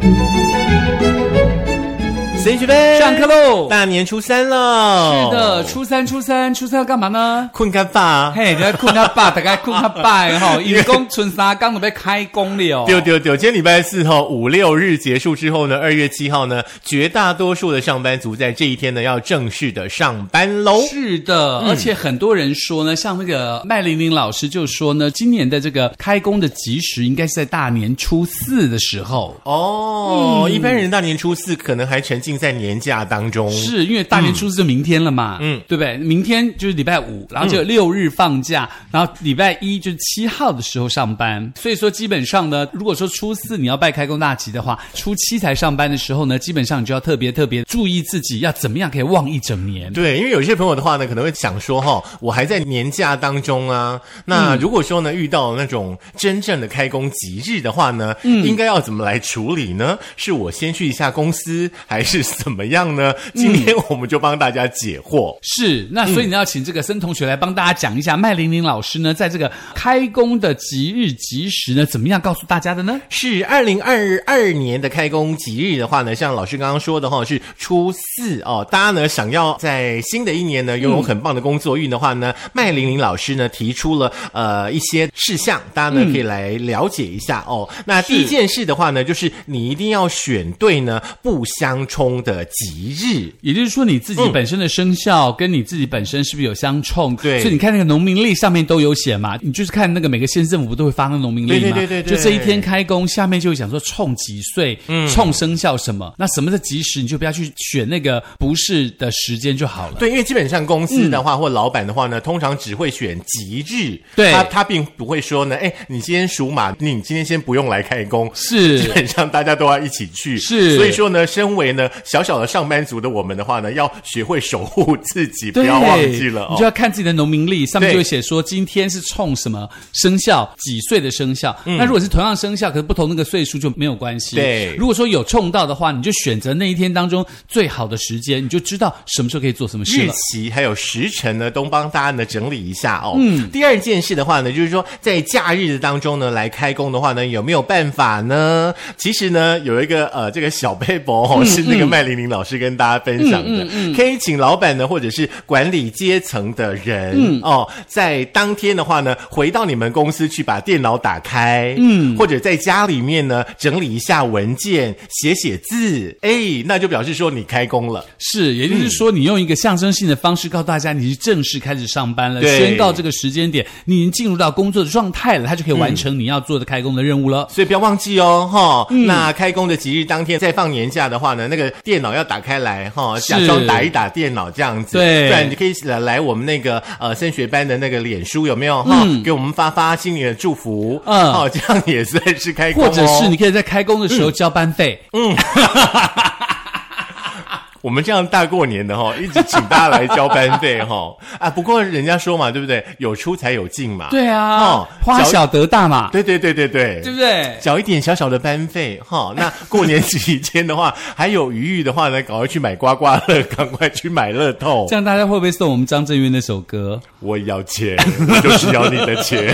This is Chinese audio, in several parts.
森学班上课喽！ 大年初三了。 是的，初三要干嘛呢？ 困较饱。 嘿，你要困较饱，大概困较饱吼，因为讲春三刚就要开工了。 对，今天礼拜四5、6日结束之后呢，2月7号呢，绝大多数的上班族在这一天呢要正式的上班喽。 是的，而且很多人说呢，像那个麦玲玲老师就说呢，今年的这个开工的吉时应该是在大年初4的时候。 一般人大年初4可能还沉浸在年假当中， 是因为大年初4就明天了嘛，对不对？明天就是礼拜5，然后就6日放假，然后礼拜1就是7号的时候上班。所以说基本上呢，如果说初4你要拜开工大吉的话，初7才上班的时候呢，基本上你就要特别注意自己要怎么样可以旺一整年。 对，因为有些朋友的话呢，可能会想说我还在年假当中啊，那如果说呢遇到那种真正的开工吉日的话呢，应该要怎么来处理呢？是我先去一下公司，还是怎么样呢？今天我们就帮大家解惑。 是，那所以你要请这个森同学来帮大家讲一下，麦玲玲老师呢，在这个开工的吉日吉时呢，怎么样告诉大家的呢？ 是2022年的开工吉日的话呢，像老师刚刚说的是初4哦。大家呢想要在新的一年呢拥有很棒的工作运的话呢，麦玲玲老师呢提出了一些事项，大家呢可以来了解一下哦。那第一件事的话呢，就是你一定要选对呢不相冲的吉日， 也就是说你自己本身的生肖跟你自己本身是不是有相冲？ 对， 所以你看那个农民历上面都有写嘛，你就是看那个每个县政府不都会发那个农民历嘛？ 对， 就这一天开工，下面就会讲说冲几岁，冲生肖什么，那什么的吉时你就不要去选那个不是的时间就好了。 对，因为基本上公司的话或老板的话呢，通常只会选吉日， 对， 他并不会说呢，你今天属马，你今天先不用来开工， 是， 基本上大家都要一起去， 是， 所以说呢，身为呢小小的上班族的我们的话呢，要学会守护自己，不要忘记了， 你就要看自己的农民历，上面就会写说今天是冲什么生肖，几岁的生肖。那如果是同样生肖，可是不同那个岁数就没有关系。 对， 如果说有冲到的话，你就选择那一天当中最好的时间，你就知道什么时候可以做什么事了。 日期还有时辰呢，都帮大家呢整理一下哦。第二件事的话呢，就是说在假日的当中呢来开工的话呢，有没有办法呢？其实呢有一个这个小撇步是那个麦玲玲老师跟大家分享的，可以请老板呢或者是管理阶层的人在当天的话呢，回到你们公司去把电脑打开，或者在家里面呢整理一下文件，写字，那就表示说你开工了。 是，也就是说你用一个象征性的方式告诉大家你是正式开始上班了，宣告这个时间点你已经进入到工作的状态了，他就可以完成你要做的开工的任务了。 所以不要忘记那开工的吉日当天再放年假的话呢，那个电脑要打开来假装打一打电脑这样子， 对， 不然你可以来我们那个升学班的那个脸书有没有给我们发新年的祝福，这样也算是开工或者是你可以在开工的时候交班费。 我们这样大过年的一直请大家来交班费不过人家说嘛，对不对？有出才有进嘛。 对啊，花小得大嘛。 对，对不对？ 缴一点小小的班费那过年期间的话，还有余裕的话呢，赶快去买刮刮乐，赶快去买乐透。 这样大家会不会送我们张震岳那首歌？ 我要钱，我就是要你的钱。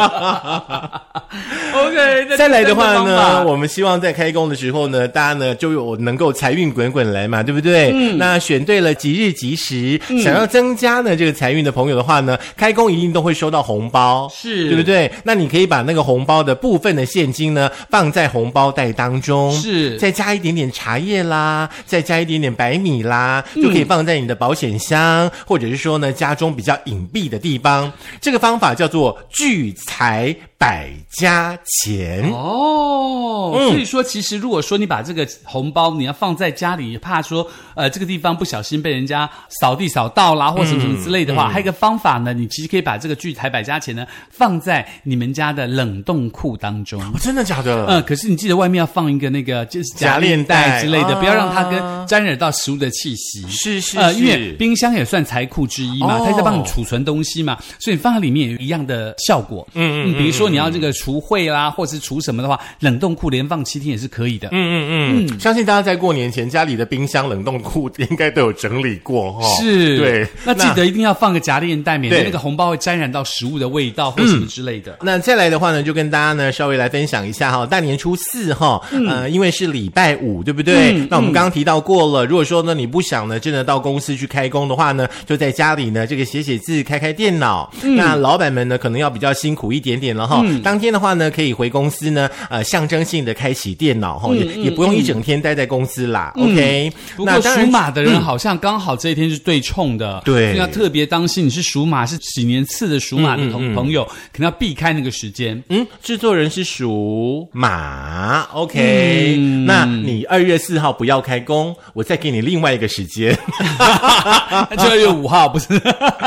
OK， 再来的话呢，我们希望在开工的时候呢，大家呢就有能够财运滚滚来嘛，对不对？那选对了吉日吉时，想要增加呢这个财运的朋友的话呢，开工一定都会收到红包， 是， 对不对？那你可以把那个红包的部分的现金呢放在红包袋当中， 是， 再加一点点茶叶啦，再加一点点白米啦，就可以放在你的保险箱，或者是说呢家中比较隐蔽的地方。这个方法叫做聚财百家钱所以说其实如果说你把这个红包你要放在家里，怕说这个地方不小心被人家扫地扫到啦或什么什么之类的话，还有一个方法呢，你其实可以把这个聚财百家钱呢放在你们家的冷冻库当中。 真的假的？ 可是你记得外面要放一个那个就是夹链袋之类的，不要让它跟沾染到食物的气息。 是因为冰箱也算财库之一嘛，它在帮你储存东西嘛，所以你放在里面也有一样的效果。比如说你要这个除秽啦，或是除什么的话，冷冻库连放7天也是可以的。 相信大家在过年前家里的冰箱、冷冻库应该都有整理过哈。 是， 对。 那记得一定要放个夹链袋，免得那个红包会沾染到食物的味道或什么之类的。 那再来的话呢，就跟大家呢稍微来分享一下哈，大年初4哈，因为是礼拜5，对不对？那我们刚刚提到过了，如果说呢你不想呢真的到公司去开工的话呢，就在家里呢这个写字、开电脑。那老板们呢可能要比较辛苦一点点了哈。当天的话呢，可以回公司呢象征性的开启电脑哈，也不用一整天待在公司啦。OK。 不过属马的人好像刚好这一天是对冲的， 对， 所以要特别当心。你是属马是几年次的属马的朋友，可能要避开那个时间。 制作人是属马 ，OK。那你2月4号不要开工，我再给你另外一个时间， 就2月5号不是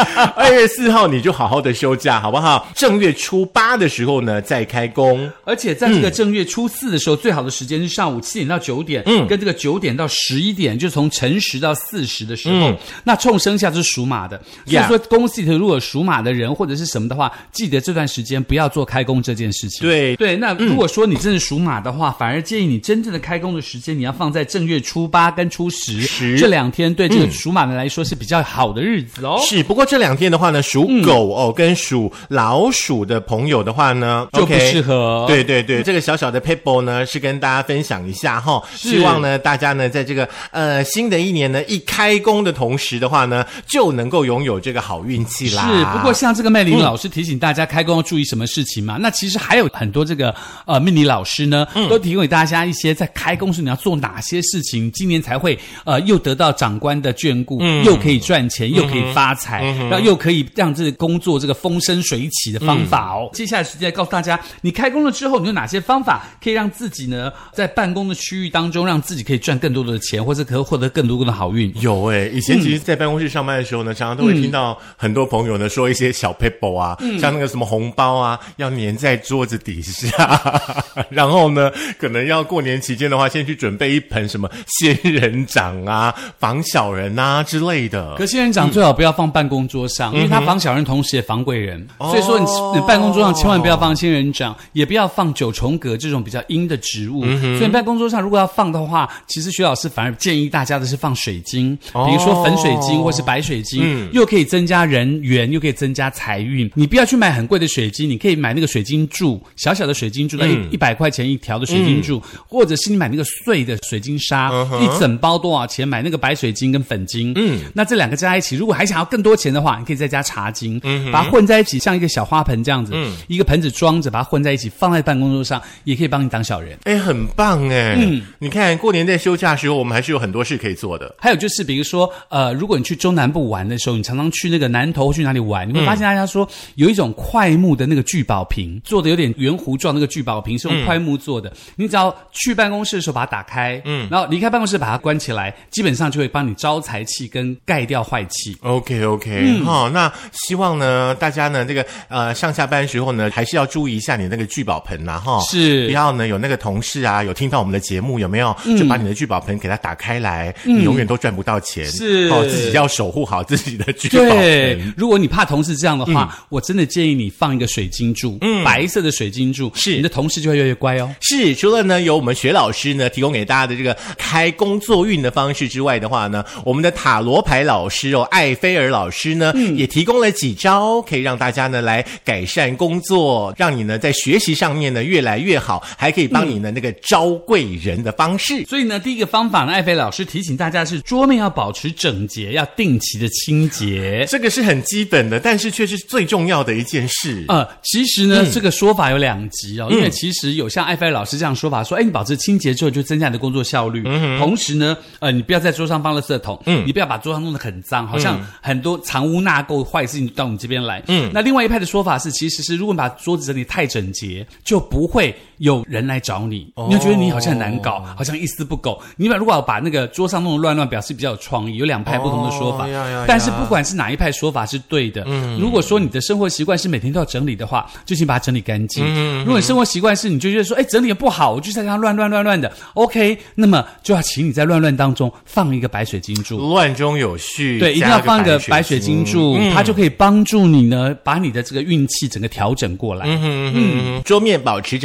？2月4号你就好好的休假，好不好？正月初8的时候呢再开工， 而且在这个正月初4的时候，最好的时间是上午7点到9点，跟这个9点到11点，就从辰时到巳时的时候。那冲生肖就是属马的，所以说公司里头如果属马的人或者是什么的话，记得这段时间不要做开工这件事情。对，那如果说你真的属马的话，反而建议你真正的开工的时间，你要放在正月初8跟初10这2天，对这个属马的来说是比较好的日子哦。 是，不过这2天的话呢，属狗跟属老鼠的朋友的话呢， 就不适合。 对，这个小小的 paper 呢是跟大家分享一下哈，希望呢大家呢在这个新的一年呢一开工的同时的话呢，就能够拥有这个好运气啦。 是，不过像这个麦琳老师提醒大家开工要注意什么事情嘛？那其实还有很多这个命理老师呢，都提供给大家一些在开工时你要做哪些事情，今年才会又得到长官的眷顾，又可以赚钱，又可以发财，然后又可以让这个工作这个风生水起的方法哦。接下来时间告诉大家，你开工了之后，你有哪些方法可以让自己呢在办公的区域当中，让自己可以赚更多的钱，或者可以获得更多的好运？ 有以前其实在办公室上班的时候呢，常常都会听到很多朋友呢说一些小 paper 啊，像那个什么红包啊，要粘在桌子底下，然后呢，可能要过年期间的话，先去准备一盆什么仙人掌啊、防小人啊之类的。 可仙人掌最好不要放办公桌上，因为它防小人，同时也防贵人。所以说你办公桌上千万不要放仙人掌，也不要放九重葛这种比较阴的植物。所以办公桌上如果要放的话，其实徐老师反而建议大家的是放水晶，比如说粉水晶或是白水晶，又可以增加人缘，又可以增加财运。你不要去买很贵的水晶，你可以买那个水晶柱，小小的水晶柱，100块钱一条的水晶柱，或者是你买那个碎的水晶沙，一整包多少钱？买那个白水晶跟粉晶，那这2个加一起，如果还想要更多钱的话，你可以再加茶晶，把它混在一起，像一个小花盆这样子，一个盆子装着，把它混在一起，放在办公桌上，也可以帮你当小人。 很棒你看过年在休假的时候，我们还是有很多事可以做的。 还有就是比如说如果你去中南部玩的时候，你常常去那个南投去哪里玩，你会发现大家说有一种快木的那个聚宝瓶，做的有点圆弧状，那个聚宝瓶是用快木做的，你只要去办公室的时候把它打开，然后离开办公室把它关起来，基本上就会帮你招财气跟盖掉坏气。 OK， 那希望呢大家呢这个上下班的时候呢，还是要注意一下你那个聚宝盆啦是不要呢有那个同事啊有听到我们的节目有没有，就把你的聚宝盆给它打开来，你永远都赚不到钱。 是自己要守护好自己的聚宝盆。 对，如果你怕同事这样的话，我真的建议你放一个水晶柱，白色的水晶柱，是你的同事就会越来越乖哦。 是，除了呢有我们学老师呢提供给大家的这个开工作运的方式之外的话呢，我们的塔罗牌老师艾菲尔老师呢也提供了几招可以让大家呢来改善工作，让你呢在学习上面呢越来越好，还可以帮你呢那个招贵人的方式。 所以呢第一个方法呢，艾菲老师提醒大家是桌面要保持整洁，要定期的清洁。 这个是很基本的，但是却是最重要的一件事。 其实呢这个说法有2极因为其实有像艾菲尔老师这样说法，说你保持清洁之后就增加你的工作效率，同时呢你不要在桌上放垃圾桶，你不要把桌上弄得很脏，好像很多藏污纳垢坏事情到你这边来。那另外一派的说法是，其实是如果你把桌子整理太整洁，就不会有人来找你，你会觉得你好像很难搞，好像一丝不苟。你如果把那个桌上弄得乱乱，表示比较有创意。有2派不同的说法，但是不管是哪一派说法是对的。如果说你的生活习惯是每天都要整理的话，就请把它整理干净。如果你生活习惯是你就觉得说整理不好，我就在它乱的 OK， 那么就要请你在乱当中放一个白水晶柱， 乱中有序。 对，一定要放一个白水晶柱，它就可以帮助你呢把你的这个运气整个调整过来。 桌面保持整洁，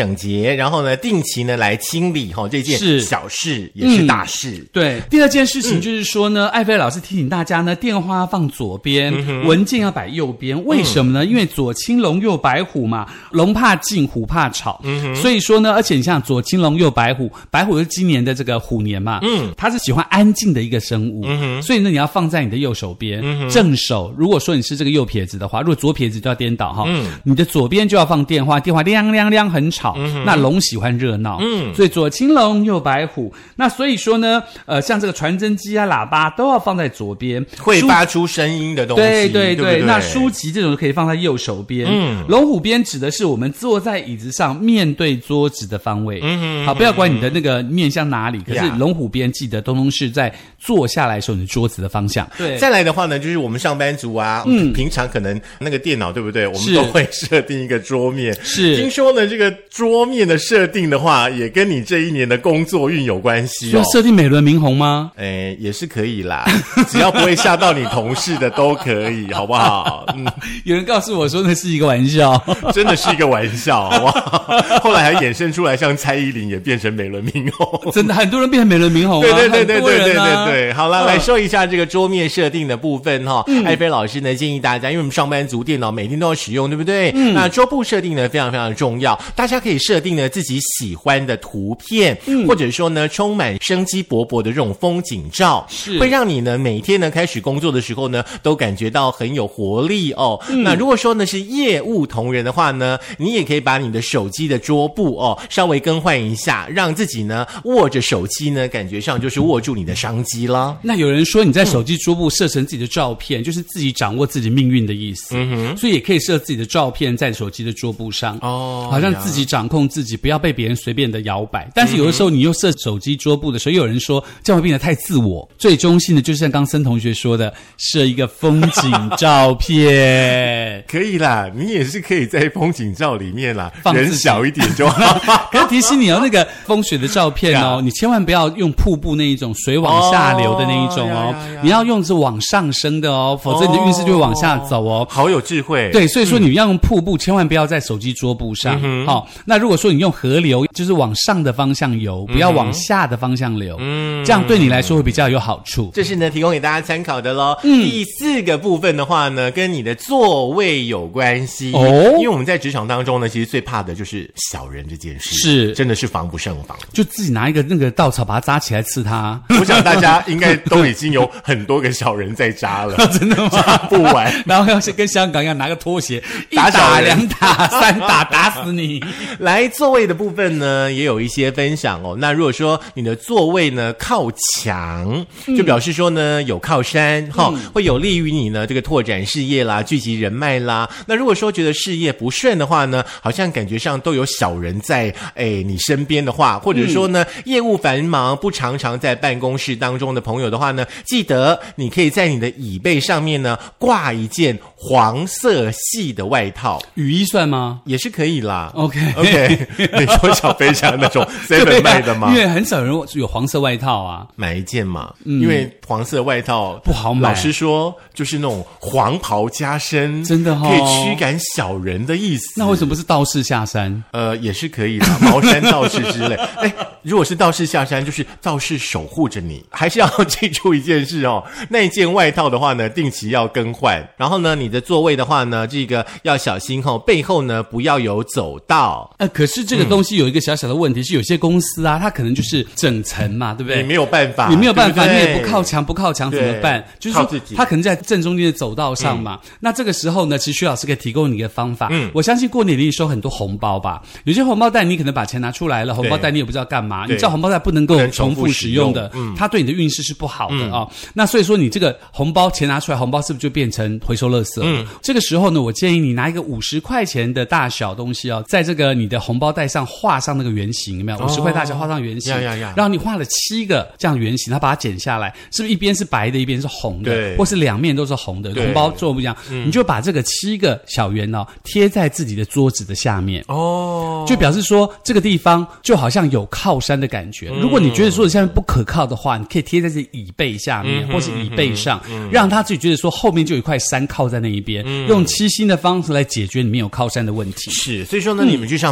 洁，然后呢定期呢来清理这件小事也是大事。 对，第二件事情就是说呢，艾菲老师提醒大家呢，电话要放左边，文件要摆右边。为什么呢？因为左青龙右白虎嘛，龙怕静，虎怕吵。所以说呢，而且你像左青龙右白虎，白虎是今年的这个虎年嘛，它是喜欢安静的一个生物，所以呢，你要放在你的右手边，正手。如果说你是这个右撇子的话，如果左撇子就要颠倒哈，你的左边就要放电话，电话亮亮亮很吵。那龙喜欢热闹，所以左青龙右白虎。那所以说呢，像这个传真机啊、喇叭都要放在左边， 会发出声音的东西。对对。那书籍这种可以放在右手边。龙虎边指的是我们坐在椅子上面对桌子的方位。好，不要管你的那个面向哪里，可是龙虎边记得通通是在坐下来的时候你桌子的方向。对。 再来的话呢，就是我们上班族啊，平常可能那个电脑对不对？我们都会设定一个桌面。是。听说呢，这个桌面的设定的话，也跟你这一年的工作运有关系哦。设定美轮明宏吗？ 也是可以啦，只要不会吓到你同事的都可以，好不好？ 有人告诉我说那是一个玩笑， 真的是一个玩笑，好不好？后来还衍生出来，像蔡依林也变成美轮明宏， 真的很多人变成美轮明宏啊。 对，好了，来说一下这个桌面设定的部分哈。艾菲老师呢建议大家，因为我们上班族电脑每天都要使用，对不对？那桌布设定呢非常非常的重要，大家可以设定呢自己喜欢的图片，或者说呢充满生机勃勃的这种风景照，会让你呢每天呢开始工作的时候呢都感觉到很有活力哦。那如果说呢是业务同仁的话呢，你也可以把你的手机的桌布稍微更换一下，让自己呢握着手机呢感觉上就是握住你的商机啦。 那有人说你在手机桌布设成自己的照片，就是自己掌握自己命运的意思。所以也可以设自己的照片在手机的桌布上，好像自己掌控自己，不要被别人随便的摇摆。但是有的时候你又设手机桌布的时候，又有人说这样会变得太自我。最中性的就是像刚森同学说的，设一个风景照片。 可以啦，你也是可以在风景照里面啦，人小一点就好。 可是提醒你那个风水的照片你千万不要用瀑布那一种水往下流的那一种你要用是往上升的否则你的运势就会往下走好有智慧。 对，所以说你要用瀑布，千万不要在手机桌布上。那如果说你用河流，就是往上的方向游，不要往下的方向流。这样对你来说会比较有好处。 这是呢提供给大家参考的咯。第四个部分的话呢，跟你的座位有关系。因为我们在职场当中呢，其实最怕的就是小人这件事，是真的是防不胜防。 就自己拿一个那个稻草把它扎起来刺它。 我想大家应该都已经有很多个小人在扎了。 真的吗？ 扎不完， 然后要跟香港一样拿个拖鞋一打2打3打，打死你。 来，座位的部分呢也有一些分享那如果说你的座位呢靠墙，就表示说呢有靠山会有利于你呢这个拓展事业啦，聚集人脉啦。那如果说觉得事业不顺的话呢，好像感觉上都有小人在你身边的话，或者说呢业务繁忙不常在办公室当中的朋友的话呢，记得你可以在你的椅背上面呢挂一件黄色系的外套。 雨衣算吗？ 也是可以啦。 OK， 你说小飞侠那种 7 卖的吗？ 因为很少人有黄色外套啊。 买一件嘛，因为黄色外套不好买。 老实说，就是那种黄袍加身， 真的可以驱赶小人的意思。 那为什么不是道士下山？ 也是可以的，茅山道士之类。如果是道士下山，就是道士守护着你。还是要记住一件事那一件外套的话呢，定期要更换。然后呢，你的座位的话呢，这个要小心背后呢不要有走道。 可是这个东西有一个小小的问题，是有些公司啊，它可能就是整层嘛，对不对？ 你没有办法， 对不对？你也不靠墙怎么办？就是说它可能在正中间的走道上嘛。那这个时候呢，其实徐老师可以提供你一个方法。我相信过年你收很多红包吧，有些红包袋你可能把钱拿出来了，红包袋你也不知道干嘛。你知道红包袋不能够重复使用的，它对你的运势是不好的那所以说你这个红包钱拿出来，红包是不是就变成回收垃圾？这个时候呢，我建议你拿一个50块钱的大小东西在这个你的红包袋上画上那个圆形，有没有？50块大小画上圆形，然后你画了7个这样圆形，然后把它剪下来，是不是一边是白的，一边是红的，或是2面都是红的？红包做不一样，你就把这个7个小圆贴在自己的桌子的下面就表示说这个地方就好像有靠山的感觉。如果你觉得桌子下面不可靠的话，你可以贴在自己椅背下面，或是椅背上，让他自己觉得说后面就有一块山靠在那一边，用7星的方式来解决你没有靠山的问题。 是，所以说呢，你们去上班的时候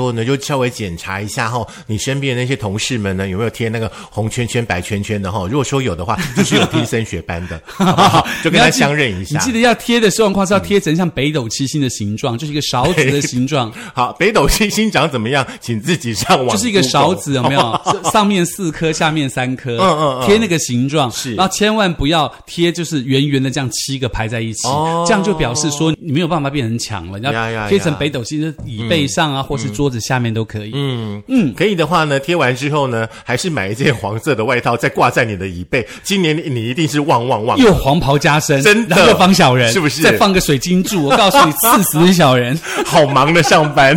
候呢，就稍微检查一下你身边的那些同事们呢有没有贴那个红圈圈白圈圈的如果说有的话，就是有替升学班的好不好？就跟他相认一下。 你记得要贴的状况是要贴成像北斗七星的形状，就是一个勺子的形状。 好，北斗七星长怎么样，请自己上网。 就是一个勺子，有没有？上面4颗，下面3颗，贴那个形状。是，然后千万不要贴就是圆圆的这样7个排在一起，这样就表示说你没有办法变成墙了。你要贴成北斗七星，椅背上啊，或是桌子下面都可以。 可以的话呢，贴完之后呢，还是买一件黄色的外套，再挂在你的椅背。今年你一定是旺旺旺， 又黄袍加身， 真的， 然后又防小人， 是不是？ 再放个水晶柱，我告诉你，刺死你小人， 好忙的上班。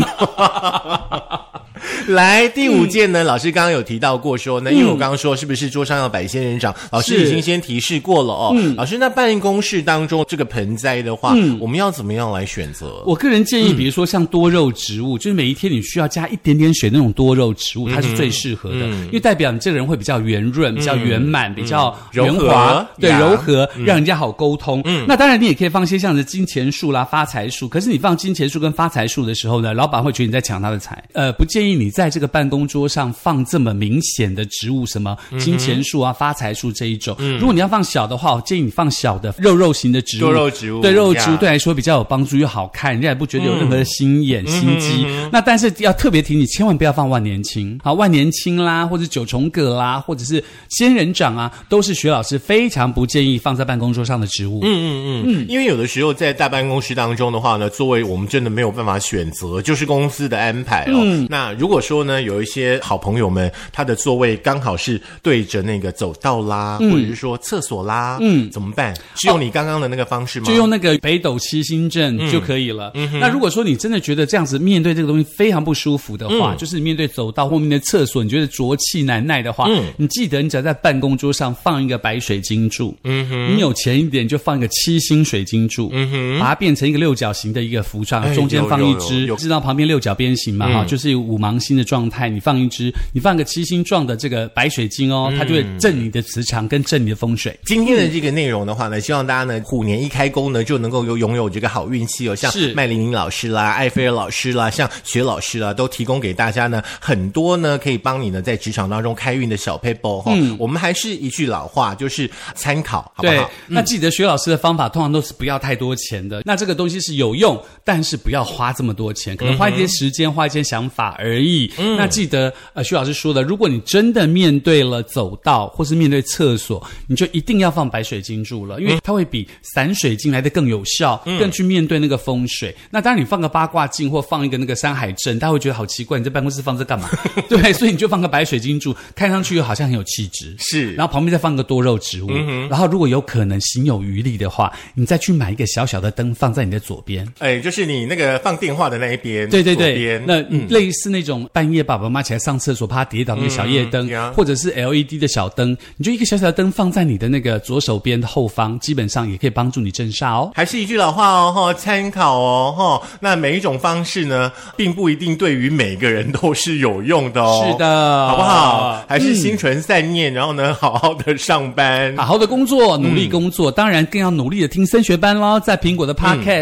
来，第5件呢，老师刚刚有提到过说呢，因为我刚刚说是不是桌上要摆仙人掌，老师已经先提示过了老师，那办公室当中这个盆栽的话，我们要怎么样来选择？ 我个人建议，比如说像多肉植物，就是每一天你需要加一点点水那种多肉植物，它是最适合的，因为代表你这个人会比较圆润、比较圆满、比较圆滑，对，柔和，让人家好沟通。那当然你也可以放一些像是金钱树啦、发财树，可是你放金钱树跟发财树的时候呢，老板会觉得你在抢他的财。不建议你在这个办公桌上放这么明显的植物，什么金钱树啊、发财树这一种。如果你要放小的话，我建议你放小的肉型的植物， 多肉植物， 对，肉植物对来说比较有帮助又好看，人家也不觉得有任何的心眼、心机。那但是要特别提，你千万不要放万年青，好，万年青啦，或者9重葛啦，或者是仙人掌啊，都是薛老师非常不建议放在办公桌上的植物。 因为有的时候在大办公室当中的话呢，座位我们真的没有办法选择，就是公司的安排那如果说呢，有一些好朋友们，他的座位刚好是对着那个走道啦，或者是说厕所啦，怎么办？是用你刚刚的那个方式吗？ 就用那个北斗七星阵就可以了。那如果说你真的觉得这样子面对这个东西非常不舒服的话，就是面对走道或面对厕所，你觉得浊气难耐的话，你记得你只要在办公桌上放一个白水晶柱，你有钱一点就放一个7星水晶柱，把它变成一个6角形的一个符状，中间放一支，知道旁边6角边形嘛？就是5芒星的状态，你放一支，你放个7星状的这个白水晶它就会正你的磁场跟正你的风水。 今天的这个内容的话呢，希望大家呢虎年一开工呢就能够拥有这个好运气像麦玲玲老师啦、艾菲尔老师啦、像薛老师啦，都提供给大家呢很多呢可以帮你呢在职场当中开运的小撇步我们还是一句老话，就是参考，好不好？ 对，那记得薛老师的方法通常都是不要太多钱的，那这个东西是有用，但是不要花这么多钱，可能花一些时间，花一些想法而已。那记得薛老师说的，如果你真的面对了走道或是面对厕所，你就一定要放白水晶柱了，因为它会比散水晶来的更有效，更去面对那个风水。那当然你放个八卦镜或放一个那个山海镇，大家会觉得好奇怪，你在办公室放这干嘛？对，所以你就放个白水晶柱，看上去好像很有气质。 是， 然后旁边再放个多肉植物，然后如果有可能行有余力的话，你再去买一个小小的灯放在你的左边， 就是你那个放电话的那一边， 对对对，那类似那种半夜爸爸妈妈起来上厕所怕跌倒那个小夜灯，或者是 LED 的小灯，你就一个小小的灯放在你的那个左手边的后方，基本上也可以帮助你镇煞还是一句老话参考那每一种方式呢，并不一定对于每个人都是有用的是的， 好不好？还是心存善念，然后呢，好好的上班， 好好的工作，努力工作，当然更要努力的听升学班咯，在苹果的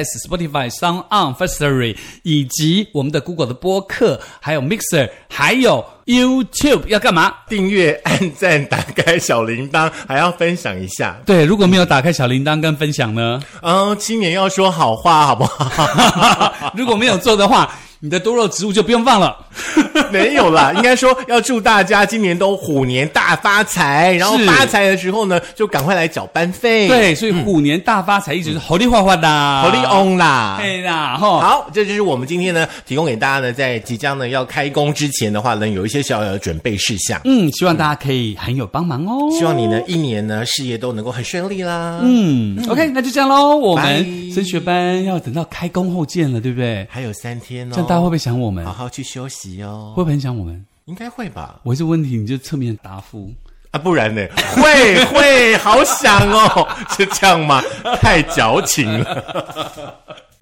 Podcast、Spotify、SoundOn、Firstory 以及我们的 Google 的播客，还有 Mixer， 还有YouTube 要干嘛？ 订阅、按赞、打开小铃铛，还要分享一下。 对，如果没有打开小铃铛跟分享呢？ 今年要说好话，好不好？ 如果没有做的话，你的多肉植物就不用放了。 没有啦，应该说要祝大家今年都虎年大发财，然后发财的时候呢，就赶快来缴班费。 对，所以虎年大发财一直是活力焕焕啦， 活力 on 啦， 对啦。 好，这就是我们今天呢提供给大家呢，在即将呢要开工之前的话呢，有一些小小的准备事项。 希望大家可以很有帮忙哦。 希望你呢一年呢事业都能够很顺利啦。 OK， 那就这样咯，我们升学班要等到开工后见了，对不对？ 还有3天这样大家会不会想我们？ 好好去休息哦。 会不会很想我们？ 应该会吧。 我这问题你就侧面答复不然呢？会，好想哦，是这样吗？太矫情了。